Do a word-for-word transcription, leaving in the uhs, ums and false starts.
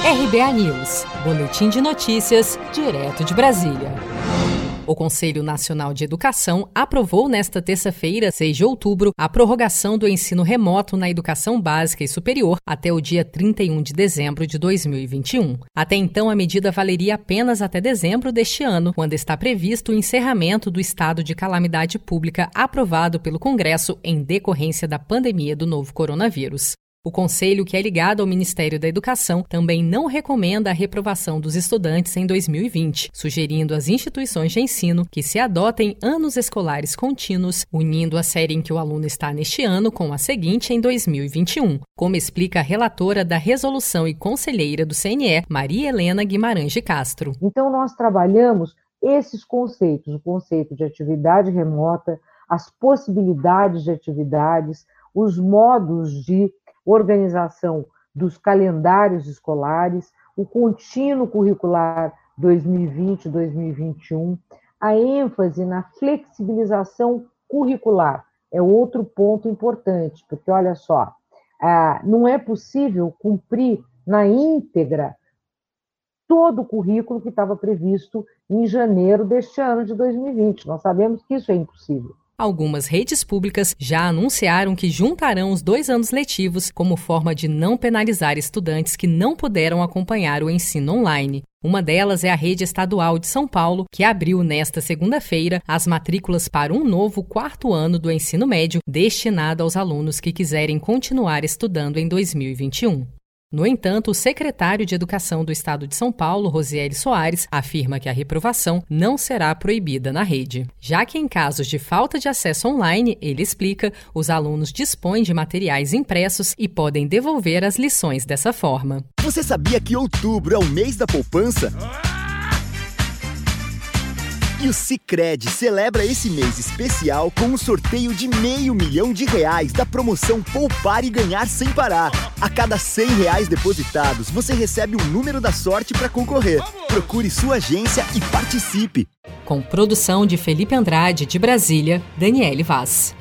R B A News, boletim de notícias, direto de Brasília. O Conselho Nacional de Educação aprovou nesta terça-feira, seis de outubro, a prorrogação do ensino remoto na educação básica e superior até o dia trinta e um de dezembro de dois mil e vinte e um. Até então, a medida valeria apenas até dezembro deste ano, quando está previsto o encerramento do estado de calamidade pública aprovado pelo Congresso em decorrência da pandemia do novo coronavírus. O Conselho, que é ligado ao Ministério da Educação, também não recomenda a reprovação dos estudantes em dois mil e vinte, sugerindo às instituições de ensino que se adotem anos escolares contínuos, unindo a série em que o aluno está neste ano com a seguinte em dois mil e vinte e um, como explica a relatora da resolução e conselheira do C N E, Maria Helena Guimarães de Castro. Então, nós trabalhamos esses conceitos, o conceito de atividade remota, as possibilidades de atividades, os modos de organização dos calendários escolares, o contínuo curricular dois mil e vinte, dois mil e vinte e um, a ênfase na flexibilização curricular é outro ponto importante, porque, olha só, não é possível cumprir na íntegra todo o currículo que estava previsto em janeiro deste ano de dois mil e vinte. Nós sabemos que isso é impossível. Algumas redes públicas já anunciaram que juntarão os dois anos letivos como forma de não penalizar estudantes que não puderam acompanhar o ensino online. Uma delas é a Rede Estadual de São Paulo, que abriu nesta segunda-feira as matrículas para um novo quarto ano do ensino médio destinado aos alunos que quiserem continuar estudando em dois mil e vinte e um. No entanto, o secretário de Educação do Estado de São Paulo, Rosieli Soares, afirma que a reprovação não será proibida na rede. Já que em casos de falta de acesso online, ele explica, os alunos dispõem de materiais impressos e podem devolver as lições dessa forma. Você sabia que outubro é o mês da poupança? E o Sicredi celebra esse mês especial com um sorteio de meio milhão de reais da promoção Poupar e Ganhar Sem Parar. A cada cem reais depositados, você recebe um número da sorte para concorrer. Procure sua agência e participe. Com produção de Felipe Andrade, de Brasília, Daniele Vaz.